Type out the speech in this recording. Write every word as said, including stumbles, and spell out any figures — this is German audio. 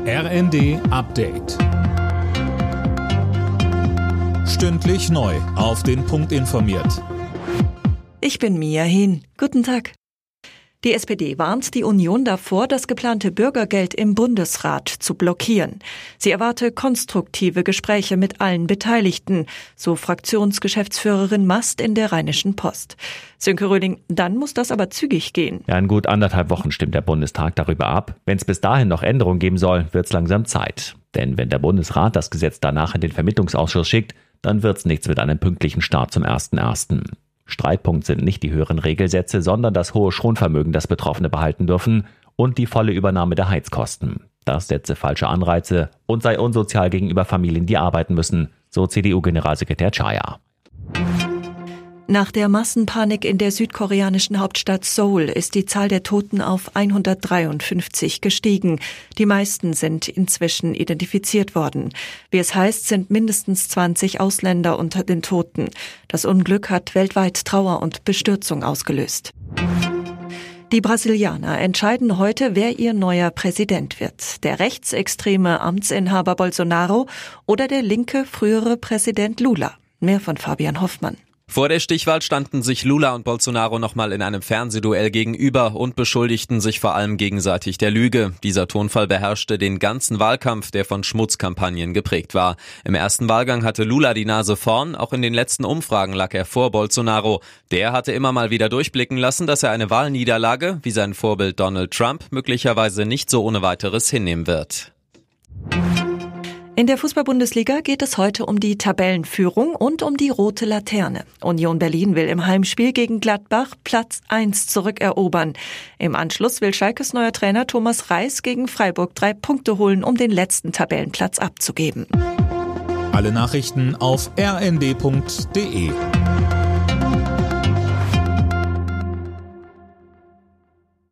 R N D Update. Stündlich neu auf den Punkt informiert. Ich bin Mia Hin. Guten Tag. Die S P D warnt die Union davor, das geplante Bürgergeld im Bundesrat zu blockieren. Sie erwarte konstruktive Gespräche mit allen Beteiligten, so Fraktionsgeschäftsführerin Mast in der Rheinischen Post. Sönke Röhling, dann muss das aber zügig gehen. Ja, in gut anderthalb Wochen stimmt der Bundestag darüber ab. Wenn es bis dahin noch Änderungen geben soll, wird es langsam Zeit. Denn wenn der Bundesrat das Gesetz danach in den Vermittlungsausschuss schickt, dann wird es nichts mit einem pünktlichen Start zum ersten ersten Streitpunkt sind nicht die höheren Regelsätze, sondern das hohe Schonvermögen, das Betroffene behalten dürfen und die volle Übernahme der Heizkosten. Das setze falsche Anreize und sei unsozial gegenüber Familien, die arbeiten müssen, so C D U-Generalsekretär Chaya. Nach der Massenpanik in der südkoreanischen Hauptstadt Seoul ist die Zahl der Toten auf hundertdreiundfünfzig gestiegen. Die meisten sind inzwischen identifiziert worden. Wie es heißt, sind mindestens zwanzig Ausländer unter den Toten. Das Unglück hat weltweit Trauer und Bestürzung ausgelöst. Die Brasilianer entscheiden heute, wer ihr neuer Präsident wird. Der rechtsextreme Amtsinhaber Bolsonaro oder der linke frühere Präsident Lula. Mehr von Fabian Hoffmann. Vor der Stichwahl standen sich Lula und Bolsonaro nochmal in einem Fernsehduell gegenüber und beschuldigten sich vor allem gegenseitig der Lüge. Dieser Tonfall beherrschte den ganzen Wahlkampf, der von Schmutzkampagnen geprägt war. Im ersten Wahlgang hatte Lula die Nase vorn, auch in den letzten Umfragen lag er vor Bolsonaro. Der hatte immer mal wieder durchblicken lassen, dass er eine Wahlniederlage, wie sein Vorbild Donald Trump, möglicherweise nicht so ohne weiteres hinnehmen wird. In der Fußball-Bundesliga geht es heute um die Tabellenführung und um die rote Laterne. Union Berlin will im Heimspiel gegen Gladbach Platz eins zurückerobern. Im Anschluss will Schalkes neuer Trainer Thomas Reis gegen Freiburg drei Punkte holen, um den letzten Tabellenplatz abzugeben. Alle Nachrichten auf r n d punkt d e.